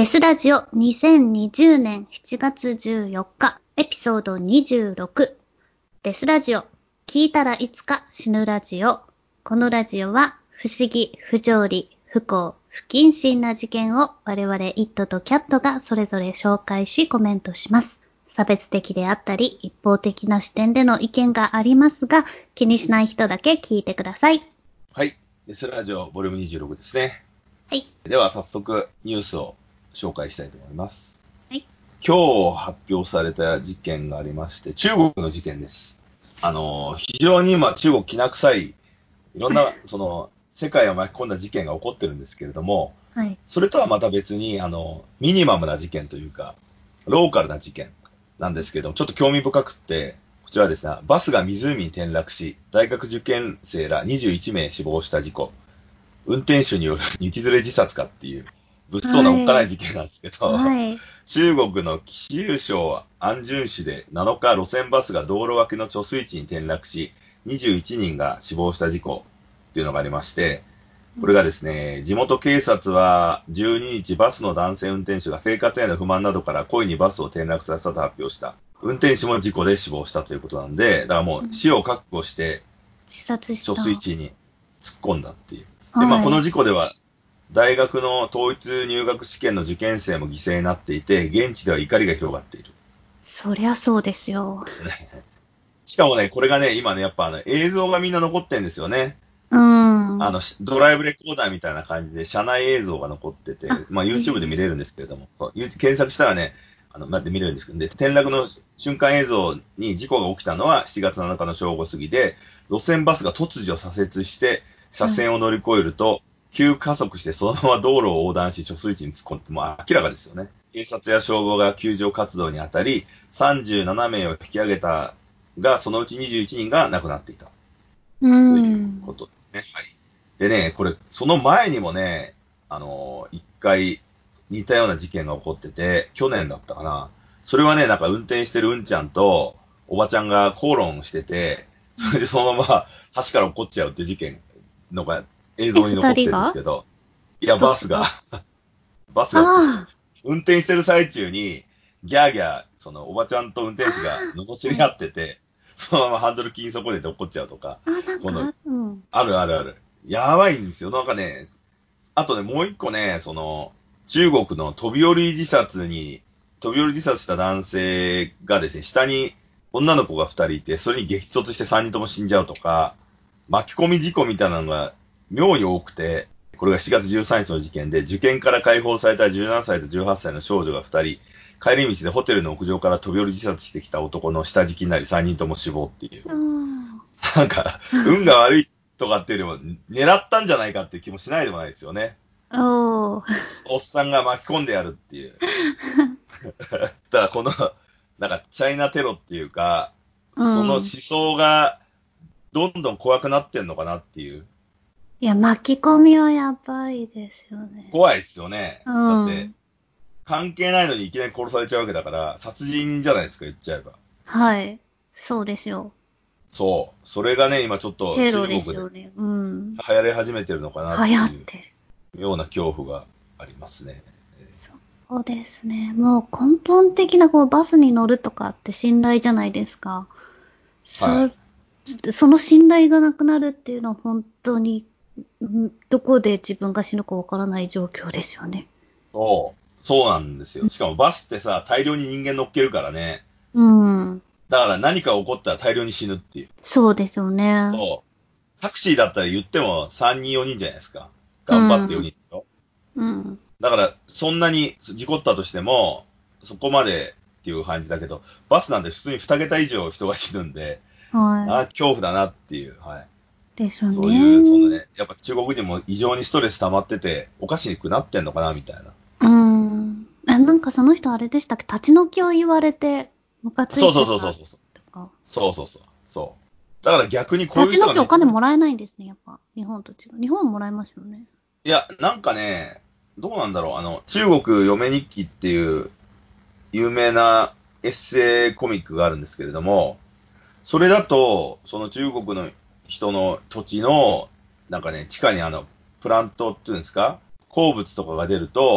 デスラジオ2020年7月14日エピソード26。デスラジオ聞いたらいつか死ぬラジオ。このラジオは不思議、不条理、不幸、不謹慎な事件を我々イットとキャットがそれぞれ紹介しコメントします。差別的であったり一方的な視点での意見がありますが、気にしない人だけ聞いてください。 はい。デスラジオボリューム26ですね。 はい。 では早速ニュースを紹介したいと思います。 はい。 今日発表された事件がありまして、中国の事件です。非常に今中国きな臭い、いろんな、世界を巻き込んだ事件が起こってるんですけれども、 はい。 それとはまた別に、ミニマムな事件というか、ローカルな事件なんですけども、ちょっと興味深くって、こちらはですね、バスが湖に転落し、大学受験生ら21名死亡した事故。運転手による道連れ自殺かっていう、物騒なおっかない事件なんですけど、 はい。 中国の貴州省安順市で7日路線バスが道路脇の貯水池に転落し、21人が死亡した事故っていうのがありまして、これがですね、地元警察は12日バスの男性運転手が生活への不満などから故意にバスを転落させたと発表した。運転手も事故で死亡したということなんで、だからもう死を覚悟して自殺した。 貯水池に突っ込んだっていう。 はい。 で、この事故では大学の統一入学試験の受験生も犠牲になっていて、現地では怒りが広がっている。 そりゃそうですよ。 ですね。しかもね、これがね、今ね、やっぱ映像がみんな残ってるんですよね。ドライブレコーダーみたいな感じで、車内映像が残ってて、YouTube で見れるんですけれども、検索したらね、見れるんですけど、で、転落の瞬間映像に事故が起きたのは7月7日の正午過ぎで、路線バスが突如左折して、車線を乗り越えると、急加速してそのまま道路を横断し、貯水池に突っ込んで、もう明らかですよね。警察や消防が救助活動に当たり、37名を引き上げたが、そのうち21人が亡くなっていた。ということですね。はい。でね、これ、その前にもね、一回似たような事件が起こってて、去年だったかな。それはね、なんか運転してるうんちゃんと、おばちゃんが口論してて、それでそのまま橋から落っこっちゃうって事件のが映像に残ってるんですけど、いや、バスが落っこっちゃう。運転してる最中に、ギャーギャー、おばちゃんと運転手が罵り合ってて、そのままハンドル切り損ねて落っこっちゃうとか、あるあるある。やばいんですよ。なんかね、あとね、もう一個ね、中国の飛び降り自殺した男性がですね、下に女の子が二人いて、それに激突して三人とも死んじゃうとか、巻き込み事故みたいなのが妙に多くて、これが7月13日の事件で、受験から解放された17歳と18歳の少女が二人、帰り道でホテルの屋上から飛び降り自殺してきた男の下敷きになり三人とも死亡っていう。なんか、運が悪いとかっていうよりも、狙ったんじゃないかっていう気もしないでもないですよね。おっさんが巻き込んでやるっていう。だからなんか、チャイナテロっていうか、その思想が、どんどん怖くなってんのかなっていう。 いや、巻き込みはやばいですよね。 怖いですよね。だって、関係ないのにいきなり殺されちゃうわけだから、殺人じゃないですか、言っちゃえば。 はい。そうですよ。 そう。それがね、今ちょっと中国で流行り始めてるのかなっていうような恐怖がありますね。 そうですね。もう根本的なバスに乗るとかって信頼じゃないですか。はい。その信頼がなくなるっていうのは本当に、どこで自分が死ぬかわからない状況ですよね。 そうなんですよ。しかもバスってさ、大量に人間乗っけるからね。だから何か起こったら大量に死ぬっていう。 そうですよね。 タクシーだったら言っても3人4人じゃないですか。頑張って4人でしょ。だから、そんなに事故ったとしても、そこまでっていう感じだけど、バスなんて普通に2桁以上人が死ぬんで、恐怖だなっていう、はい。 ですよね。 そういう、やっぱ中国人も異常にストレス溜まってて、おかしくなってんのかな、みたいな。 なんかその人あれでしたっけ、立ち退きを言われて、ムカついてたとか。 そう。だから逆にこういう人が、 立ち退きお金もらえないんですね、やっぱ。日本と違う。日本もらえますよね。 いや、なんかね、どうなんだろう。中国嫁日記っていう有名なエッセイコミックがあるんですけれども、それだと、その中国の人の土地の、なんかね、地下にプラントっていうんですか、鉱物とかが出ると、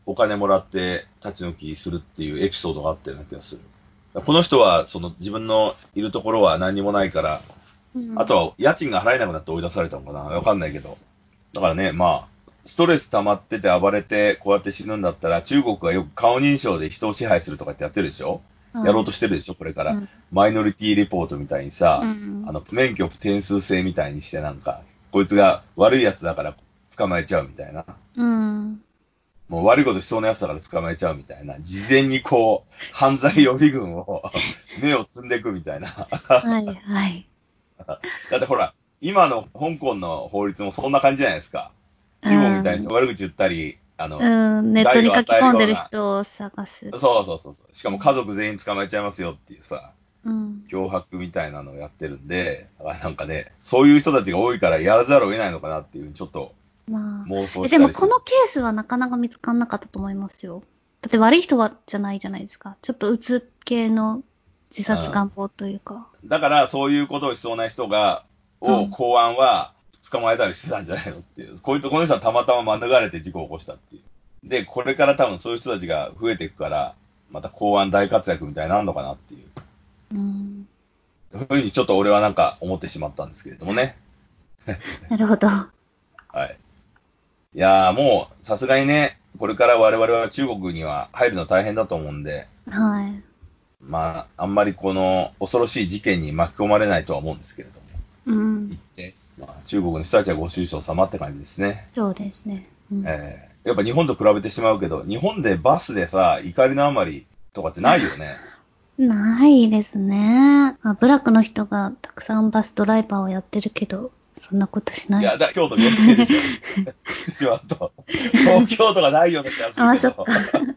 お金もらって立ち退きするっていうエピソードがあったような気がする。この人は、自分のいるところは何にもないから、あとは家賃が払えなくなって追い出されたのかなわかんないけど。だからね、まあ、ストレス溜まってて暴れてこうやって死ぬんだったら、中国がよく顔認証で人を支配するとかってやってるでしょ、やろうとしてるでしょこれから。マイノリティレポートみたいにさ、免許点数制みたいにしてなんか、こいつが悪いやつだから捕まえちゃうみたいな。もう悪いことしそうなやつだから捕まえちゃうみたいな。事前にこう、犯罪予備軍を目を積んでいくみたいな。 はいはい。 だってほら、今の香港の法律もそんな感じじゃないですか。中国みたいに悪口言ったり、 ネットに書き込んでる人を探す。 そう。しかも家族全員捕まえちゃいますよっていうさ、脅迫みたいなのをやってるんで、だからなんかね、そういう人たちが多いからやらざるを得ないのかなっていう、ちょっと妄想したりでもこのケースはなかなか見つからなかったと思いますよ。だって悪い人はじゃないじゃないですか。ちょっと鬱系の自殺願望というか。 だからそういうことをしそうな人公安は捕まえたりしてたんじゃないのっていう。この人はたまたま免れて事故を起こしたっていう。で、これから多分そういう人たちが増えていくから、また公安大活躍みたいになるのかなっていう。ふうにちょっと俺はなんか思ってしまったんですけれどもね。 なるほど。 はい。いやーもうさすがにね、これから我々は中国には入るの大変だと思うんで、 はい。 まあ、あんまりこの恐ろしい事件に巻き込まれないとは思うんですけれども。行って、まあ、中国の人たちはご愁傷様って感じですね。 そうですね。 やっぱ日本と比べてしまうけど、日本でバスでさ、怒りのあまりとかってないよね。 ないですね。ブラックの人がたくさんバスドライバーをやってるけど、そんなことしない。 いや、京都余計でしょ。しまうと。東京とかないような気がするけど。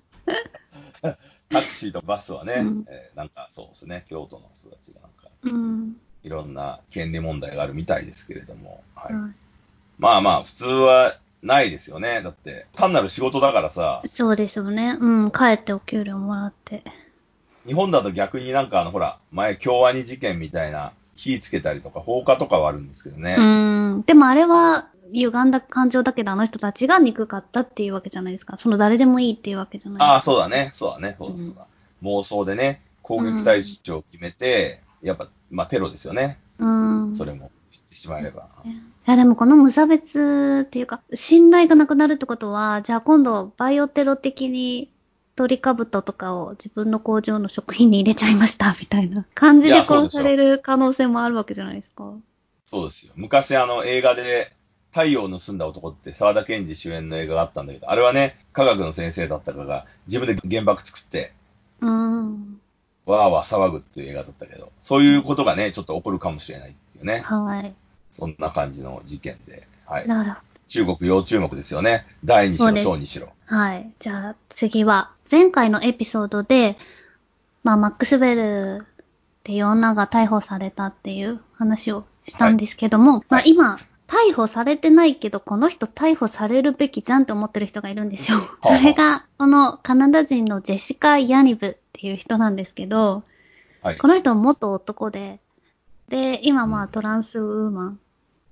タクシーとバスはね、なんかそうですね、京都の人たちがなんか、いろんな権利問題があるみたいですけれども、まあまあ、普通はないですよね。だって、単なる仕事だからさ。 そうでしょうね。帰ってお給料もらって。 日本だと逆になんかほら、前、京アニ事件みたいな、火つけたりとか放火とかはあるんですけどね。 でもあれは、歪んだ感情だけど、あの人たちが憎かったっていうわけじゃないですか。誰でもいいっていうわけじゃないですか。 ああ、そうだ。妄想でね、攻撃対象を決めて、やっぱ、まあテロですよね。それも言ってしまえば。 いや、でもこの無差別っていうか、信頼がなくなるってことは、じゃあ今度、バイオテロ的に、トリカブトとかを自分の工場の食品に入れちゃいました、みたいな感じで殺される可能性もあるわけじゃないですか。 そうですよ。昔映画で、太陽を盗んだ男って沢田研二主演の映画があったんだけど、あれはね、科学の先生だったかが自分で原爆作って、わーわー騒ぐっていう映画だったけど、そういうことがね、ちょっと起こるかもしれないっていうね。 はい。 そんな感じの事件で。はい。 なるほど。 中国要注目ですよね。大にしろ、小にしろ。 はい。じゃあ次は、前回のエピソードで、マックスベルっていう女が逮捕されたっていう話をしたんですけども、今、逮捕されてないけど、この人逮捕されるべきじゃんって思ってる人がいるんですよ。それが、このカナダ人のジェシカ・ヤニブっていう人なんですけど、この人は元男で、今トランスウーマン、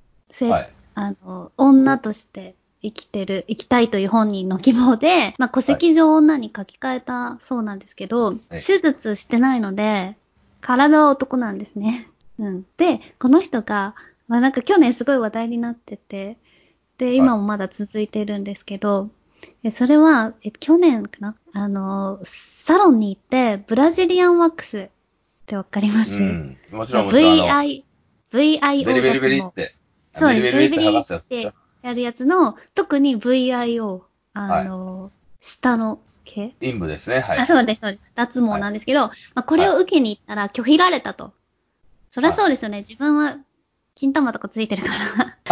女として生きたいという本人の希望で、戸籍上女に書き換えたそうなんですけど、手術してないので、体は男なんですね。で、この人が、なんか去年すごい話題になってて、で、今もまだ続いてるんですけど、それは、去年かなサロンに行って、ブラジリアンワックスってわかります？ もちろん。VIO ベリベリベリって。 そうです。ベリベリってやるやつの、特に VIO、下の毛陰部ですね。はい。 そうです。脱毛なんですけど、これを受けに行ったら拒否られたと。そりゃそうですよね。自分は金玉とかついてるから。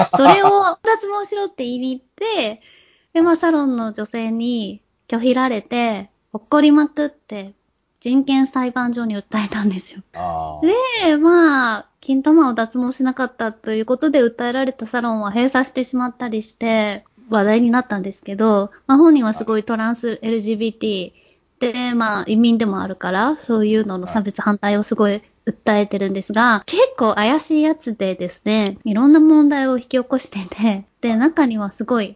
それを脱毛しろって言いに行って、で、サロンの女性に拒否られて、怒りまくって、人権裁判所に訴えたんですよ。で、金玉を脱毛しなかったということで訴えられたサロンは閉鎖してしまったりして、話題になったんですけど、本人はすごいトランス LGBT で、移民でもあるから、そういうのの差別反対をすごい訴えてるんですが、結構怪しいやつでですね、いろんな問題を引き起こしてて、で、中にはすごい、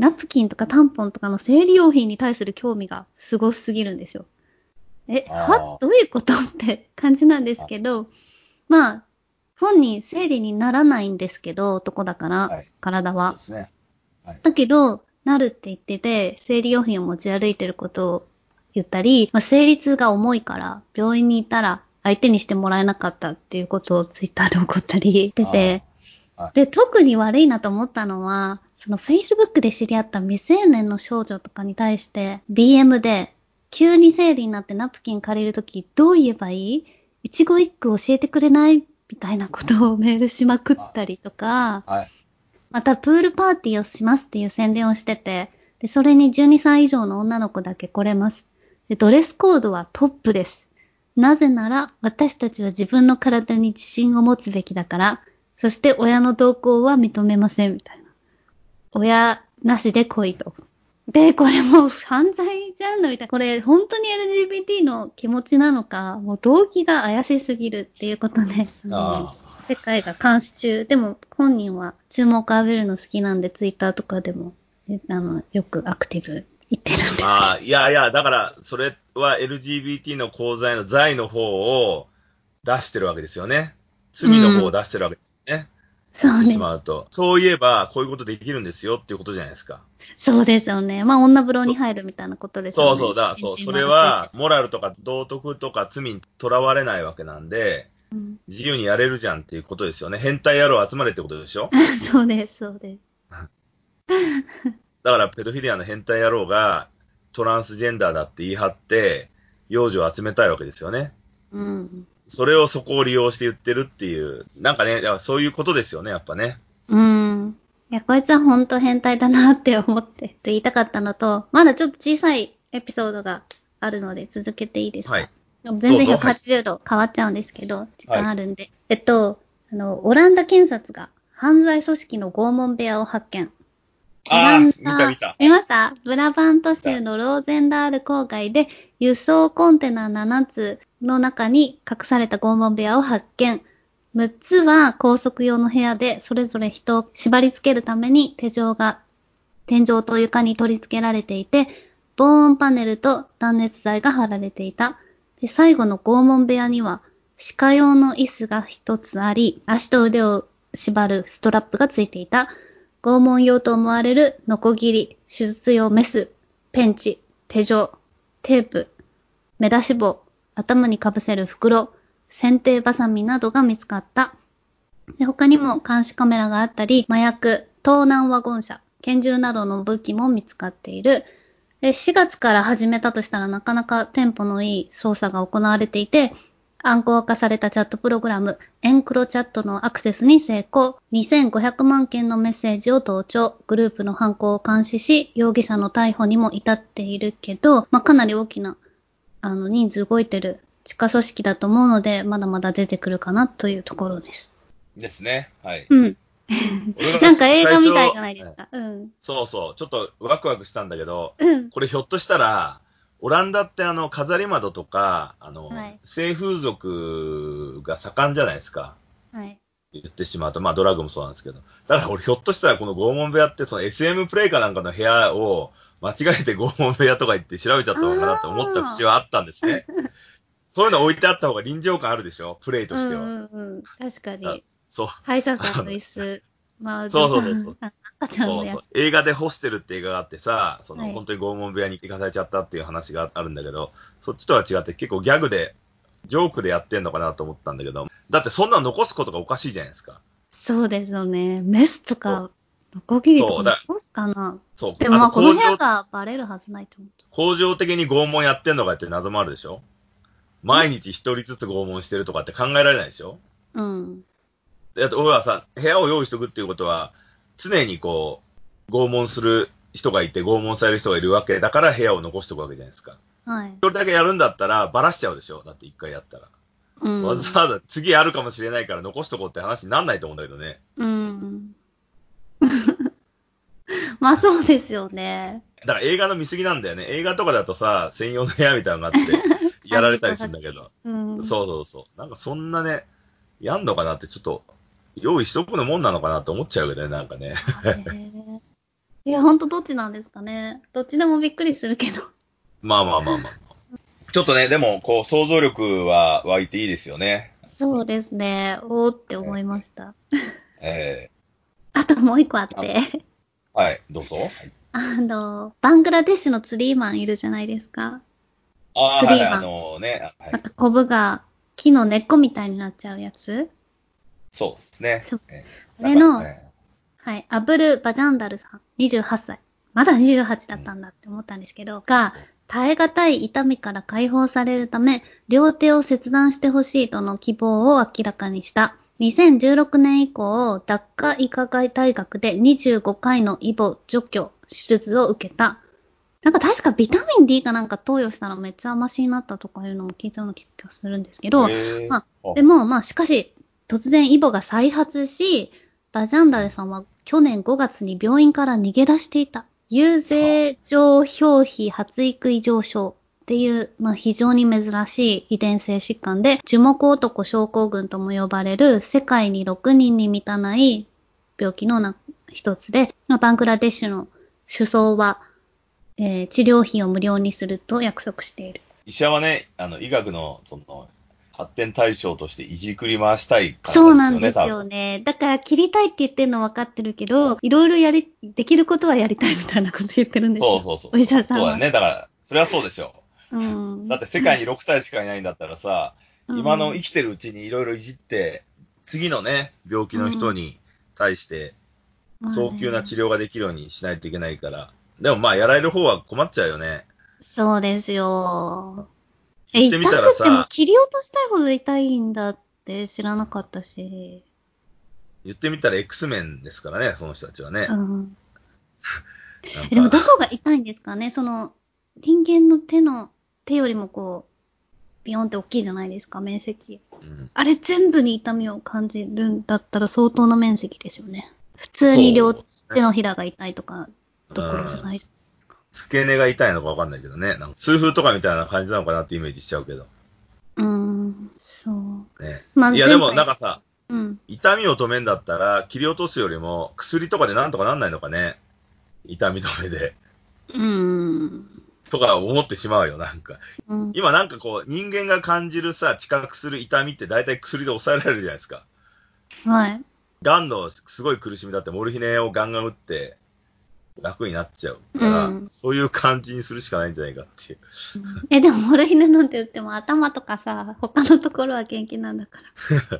ナプキンとかタンポンとかの生理用品に対する興味がすごすぎるんですよ。どういうことって感じなんですけど、まあ、本人生理にならないんですけど、男だから、はい、体は。そうですね。はい、だけど、なるって言ってて、生理用品を持ち歩いてることを言ったり、生理痛が重いから、病院に行ったら相手にしてもらえなかったっていうことをツイッターで起こったりしてて、はい、で、特に悪いなと思ったのは、その Facebook で知り合った未成年の少女とかに対して DM で、急に生理になってナプキン借りるときどう言えばいい？一語一句教えてくれない？みたいなことをメールしまくったりとか、はい、またプールパーティーをしますっていう宣伝をしてて、で、それに12歳以上の女の子だけ来れます。で、ドレスコードはトップです。なぜなら、私たちは自分の体に自信を持つべきだから、そして親の同行は認めません、みたいな。親なしで来いと。で、これもう犯罪じゃんのみたいな。これ本当に LGBT の気持ちなのか、もう動機が怪しすぎるっていうことで、世界が監視中。でも本人は注目を浴びるの好きなんで、ツイッターとかでも、よくアクティブ言ってるんですけど。 いや、だから、それは LGBT の功罪の罪の方を出してるわけですよね。罪の方を出してるわけですね。 そうね。 しまうと。そういえば、こういうことできるんですよっていうことじゃないですか。 そうですよね。女風呂に入るみたいなことですよね。 それは、モラルとか道徳とか罪にとらわれないわけなんで、自由にやれるじゃんっていうことですよね。変態野郎集まれってことでしょそうです、そうです。 だから、ペドフィリアの変態野郎がトランスジェンダーだって言い張って、幼女を集めたいわけですよね。それをそこを利用して言ってるっていう、なんかね、そういうことですよね、やっぱね。 いや、こいつはほんと変態だなって思って言いたかったのと、まだちょっと小さいエピソードがあるので続けていいですか？はい。全然180度変わっちゃうんですけど、時間あるんで。はい、オランダ検察が犯罪組織の拷問部屋を発見。見た。見ました？ブラバント州のローゼンダール郊外で輸送コンテナ7つの中に隠された拷問部屋を発見。6つは拘束用の部屋で、それぞれ人を縛り付けるために手錠が天井と床に取り付けられていて、防音パネルと断熱材が貼られていた。で、最後の拷問部屋には歯科用の椅子が1つあり、足と腕を縛るストラップがついていた。拷問用と思われるノコギリ、手術用メス、ペンチ、手錠、テープ、目出し帽、頭にかぶせる袋、剪定バサミなどが見つかった。で、他にも監視カメラがあったり、麻薬、盗難ワゴン車、拳銃などの武器も見つかっている。で、4月から始めたとしたらなかなかテンポのいい捜査が行われていて、暗号化されたチャットプログラム、エンクロチャットのアクセスに成功。2500万件のメッセージを盗聴。グループの犯行を監視し、容疑者の逮捕にも至っているけど、かなり大きな、人数動いてる地下組織だと思うので、まだまだ出てくるかなというところです。 ですね。はい。 なんか映画みたいじゃないですか。 そうそう。ちょっとワクワクしたんだけど、これひょっとしたら、オランダって飾り窓とか、性風俗が盛んじゃないですか。はい。言ってしまうと、ドラッグもそうなんですけど。だから俺ひょっとしたらこの拷問部屋ってその SM プレイかなんかの部屋を間違えて拷問部屋とか言って調べちゃったのかなって思った節はあったんですね。そういうの置いてあった方が臨場感あるでしょ？プレイとしては。 確かに。 そう。 歯医者さんの椅子。 そう。映画でホステルって映画があってさ、本当に拷問部屋に行かされちゃったっていう話があるんだけど、そっちとは違って結構ギャグで、ジョークでやってんのかなと思ったんだけど、だってそんなの残すことがおかしいじゃないですか。 そうですよね。メスとか、ノコギリとか残すかな？そう。でもこの部屋がバレるはずないと思う。 恒常的に拷問やってんのかって謎もあるでしょ？毎日一人ずつ拷問してるとかって考えられないでしょ？俺はさ、部屋を用意しとくっていうことは、常に拷問する人がいて、拷問される人がいるわけだから部屋を残しとくわけじゃないですか。はい。それだけやるんだったら、ばらしちゃうでしょ？だって一回やったら。わざわざ次あるかもしれないから残しとこうって話になんないと思うんだけどね。 そうですよね。 だから映画の見過ぎなんだよね。映画とかだとさ、専用の部屋みたいなのがあって、やられたりするんだけど。そう。なんかそんなね、やんのかなってちょっと、用意しとくのもんなのかなと思っちゃうけどね、なんかね。 いや、ほんとどっちなんですかね。どっちでもびっくりするけど。 まあ。ちょっとね、でも、こう、想像力は湧いていいですよね。 そうですね。おーって思いました。 えあともう一個あっあて。 はい、どうぞ。はい、 バングラデシュのツリーマンいるじゃないですか。 はいはい、 ツリーマン。 はい。 なんかコブが木の根っこみたいになっちゃうやつ。 そうですね。 そう。あなんか、 れの、はい、アブル・バジャンダルさん、28歳。まだ28だったんだって思ったんですけど、が、耐え難い痛みから解放されるため、両手を切断してほしいとの希望を明らかにした。2016年以降、ダッカ医科大学で25回のイボ除去手術を受けた。なんか確かビタミン D かなんか投与したらめっちゃマシになったとかいうのも聞いたような気がするんですけど、でもしかし、突然イボが再発し、バジャンダルさんは去年5月に病院から逃げ出していた。有税上表皮発育異常症っていう、非常に珍しい遺伝性疾患で、樹木男症候群とも呼ばれる世界に6人に満たない病気の一つで、バングラデシュの首相は、治療費を無料にすると約束している。 医者はね、医学の、発展対象としていじくり回したいからですよね、 そうなんですよね。だから切りたいって言ってるの分かってるけど、いろいろできることはやりたいみたいなこと言ってるんですよ。 そう。 お医者さんは。 そうだね。だから、それはそうでしょうう。 ん。 だって世界に6体しかいないんだったらさ、今のうん、 生きてるうちにいろいろいじって、次のね、病気の人に対して、早急な治療ができるようにしないといけないから。でもやられる方は困っちゃうよね。 そうですよ。 言ってみたら痛くてもさ、 切り落としたいほど痛いんだって知らなかったし。 言ってみたら X メンですからね、その人たちはね。 うん。 なんでもどか、 こが痛いんですかね、人間の手よりもビヨンって大きいじゃないですか、面積。 うん、 あれ全部に痛みを感じるんだったら相当な面積ですよね。普通に両そう手のひらが痛いとか、 うどころじゃない。 付け根が痛いのかわかんないけどね。なんか痛風とかみたいな感じなのかなってイメージしちゃうけど。 そう。 ね。いや、でもなん前回、 かさ、痛みを止めんだったら、切り落とすよりも、薬とかでなんとかなんないのかね。痛み止めで。とか思ってしまうよ、なんか。今なんかこう、人間が感じるさ、知覚する痛みって大体薬で抑えられるじゃないですか。 はい。 ガンのすごい苦しみだって、モルヒネをガンガン打って、楽になっちゃうから、そういう感じにするしかないんじゃないかっていう。 でも、モルヒネなんて言っても頭とかさ、他のところは元気なんだから。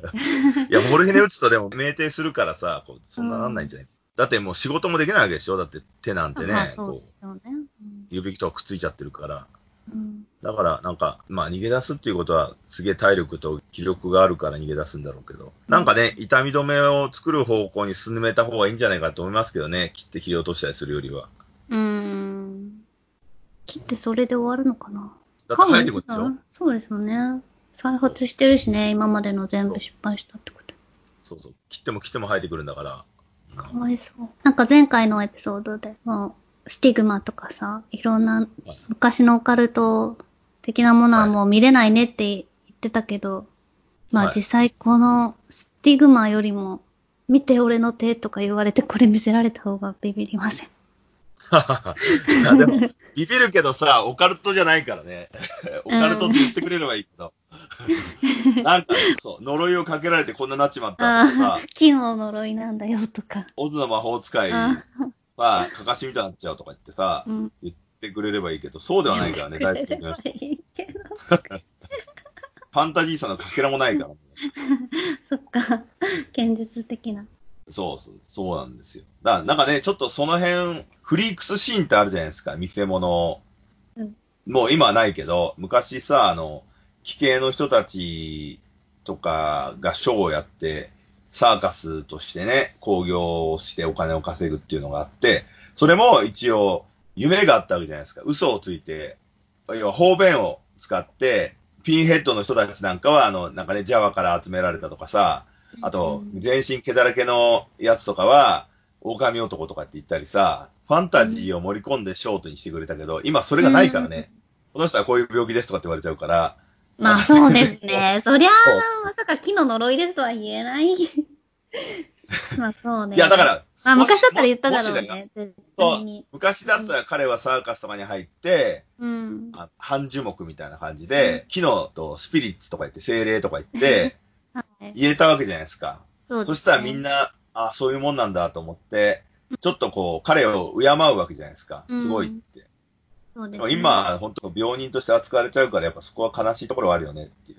いや、モルヒネ打つとでも酩酊するからさ、そんななんないんじゃない、だってもう仕事もできないわけでしょ、だって手なんてね、 そうですよね。 指とかくっついちゃってるから。だからなんか、逃げ出すっていうことは、すげえ体力と気力があるから逃げ出すんだろうけど、なんかね、痛み止めを作る方向に進めた方がいいんじゃないかと思いますけどね、切って切り落としたりするよりは。 切ってそれで終わるのかな。 だって生えてくるでしょ。 そうですよね。再発してるしね、今までの全部失敗したってこと。 そう。切っても生えてくるんだから。 かわいそう。なんか前回のエピソードで、スティグマとかさ、いろんな昔のオカルト的なものはもう見れないねって言ってたけど、実際このスティグマよりも、見て俺の手とか言われてこれ見せられた方がビビりません。 いや、でも、ビビるけどさ、オカルトじゃないからね。オカルトって言ってくれればいいけど。なんか、呪いをかけられてこんななっちまったとかさ。 金の呪いなんだよとか。 オズの魔法使いは、かかしみたいになっちゃうとか言ってさ、言ってくれればいいけど、そうではないからね、大体の人。ファンタジーさのかけらもないからね。 そっか。現実的な。 そうなんですよ。なんかね、ちょっとその辺、フリークスシーンってあるじゃないですか、見せ物。もう今はないけど、昔さ、奇形の人たちとかがショーをやって、サーカスとしてね、興行をしてお金を稼ぐっていうのがあって、それも一応夢があったわけじゃないですか。嘘をついて、要は方便を使って、ピンヘッドの人たちなんかは、なんかね、ジャワから集められたとかさ、あと、全身毛だらけのやつとかは、狼男とかって言ったりさ、ファンタジーを盛り込んでショートにしてくれたけど、今それがないからね。この人はこういう病気ですとかって言われちゃうから。 そうですね。そりゃあ、まさか木の呪いですとは言えない。 まあそうね。 いや、だから、 まあ昔だったら言っただろうね。 そう。昔だったら彼はサーカスとかに入って、半樹木みたいな感じで、昨日とスピリッツとか言って、精霊とか言って、入れたわけじゃないですか。そしたらみんな、あ、そういうもんなんだと思って、ちょっとこう、彼を敬うわけじゃないですか。すごいって。そうですね、でも今、本当病人として扱われちゃうから、やっぱそこは悲しいところはあるよねっていう。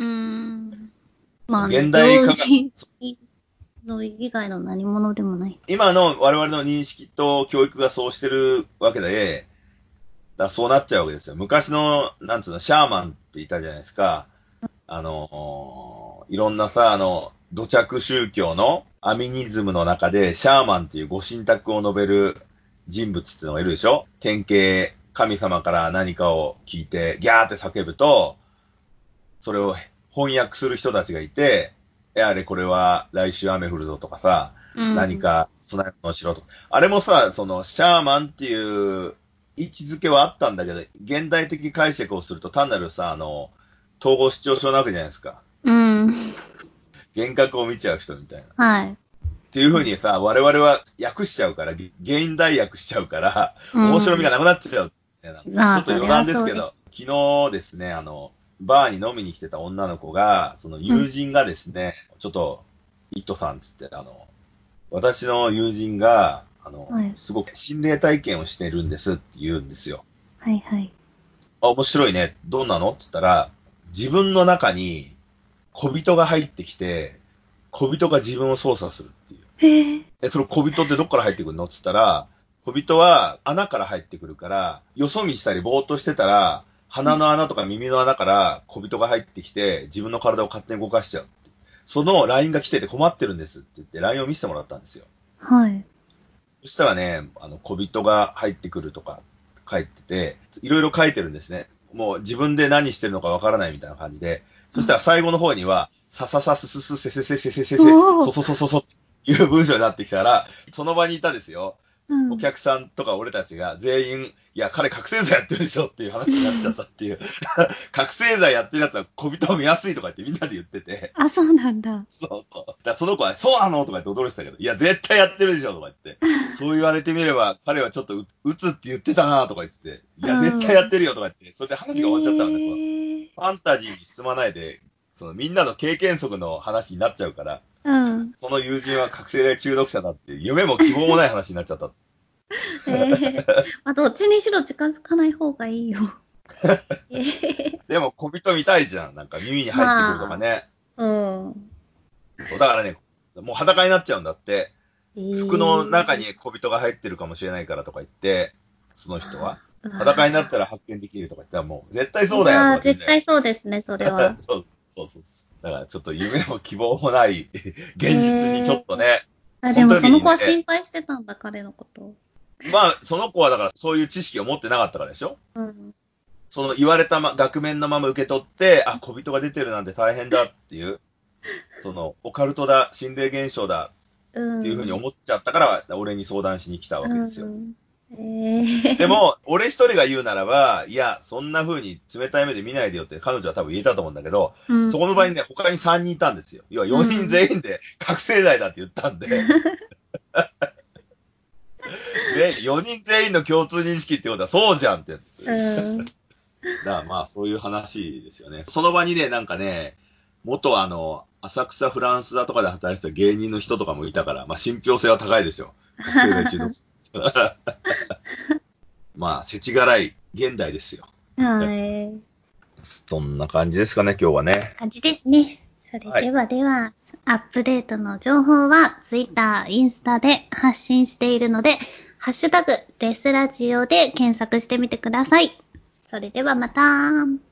まあ、現代科学の以外の何者でもない。 今の我々の認識と教育がそうしてるわけで、だからそうなっちゃうわけですよ。昔の、なんつうの、シャーマンっていたじゃないですか。いろんなさ、土着宗教のアミニズムの中で、シャーマンっていうご神託を述べる人物っていうのがいるでしょ。典型、神様から何かを聞いて、ギャーって叫ぶと、それを翻訳する人たちがいて、あれこれは来週雨降るぞとかさ、何か備え物しろとか。あれもさ、そのシャーマンっていう位置づけはあったんだけど、現代的解釈をすると単なるさ、統合失調症なわけじゃないですか。幻覚を見ちゃう人みたいな。 はい。 っていう風にさ、我々は訳しちゃうから、現代訳しちゃうから、面白みがなくなっちゃう。ちょっと余談ですけど、昨日ですね、バーに飲みに来てた女の子が、その友人がですね、ちょっと、イットさんつって、私の友人が、すごく心霊体験をしてるんですって言うんですよ。 はいはい。 あ、面白いね。どんなのって言ったら、自分の中に小人が入ってきて、小人が自分を操作するっていう。その小人ってどっから入ってくるのって言ったら、小人は穴から入ってくるから、よそ見したりぼーっとしてたら、鼻の穴とか耳の穴から小人が入ってきて、自分の体を勝手に動かしちゃう。その LINE が来てて困ってるんですって言って LINE を見せてもらったんですよ。 はい。 そしたらね、小人が入ってくるとか書いてて、いろいろ書いてるんですね。もう自分で何してるのかわからないみたいな感じで。そしたら最後の方には、さささすすすせせせせせせせ、そそそそそいう文章になってきたら、その場にいたですよ。お客さんとか俺たちが全員、いや、彼覚醒剤やってるでしょっていう話になっちゃったっていう。覚醒剤やってるやつは小人を見やすいとかってみんなで言ってて。 あ、そうなんだ。 そうそう。だその子は、そうなのとか言って驚いてたけど、いや、絶対やってるでしょとか言って。そう言われてみれば、彼はちょっと打つって言ってたなとか言ってて、いや、絶対やってるよとか言って、それで話が終わっちゃったので、ファンタジーに進まないで、みんなの経験則の話になっちゃうから、その友人は覚醒剤中毒者だっていう、夢も希望もない話になっちゃった。 まあ、どっちにしろ近づかない方がいいよ。 でも、小人見たいじゃん。なんか耳に入ってくるとかね。そうだからね、もう裸になっちゃうんだって。服の中に小人が入ってるかもしれないからとか言って、その人は。裸になったら発見できるとか言ったらもう、絶対そうだよとか言って、 絶対そうですね、それは。 そう。だからちょっと夢も希望もない現実にちょっとね。 でもその子は心配してたんだ、彼のこと。 まあ、その子はだからそういう知識を持ってなかったからでしょ。その言われた額面のまま受け取って、あ、小人が出てるなんて大変だっていう、オカルトだ、心霊現象だっていうふうに思っちゃったから、俺に相談しに来たわけですよ。でも、俺一人が言うならば、いや、そんな風に冷たい目で見ないでよって彼女は多分言えたと思うんだけど、そこの場合にね、他に3人いたんですよ。要は4人全員で覚醒剤だって言ったんで。で、4人全員の共通認識ってことはそうじゃんって。だからまあそういう話ですよね。その場にね、なんかね、元浅草フランス座とかで働いてた芸人の人とかもいたから、まあ信憑性は高いですよ。覚醒剤中毒。まあ、世知辛い現代ですよ。はい。そんな感じですかね、今日はね。 感じですね。それではでは、アップデートの情報は Twitter、インスタで発信しているので、ハッシュタグデスラジオで検索してみてください。それではまた。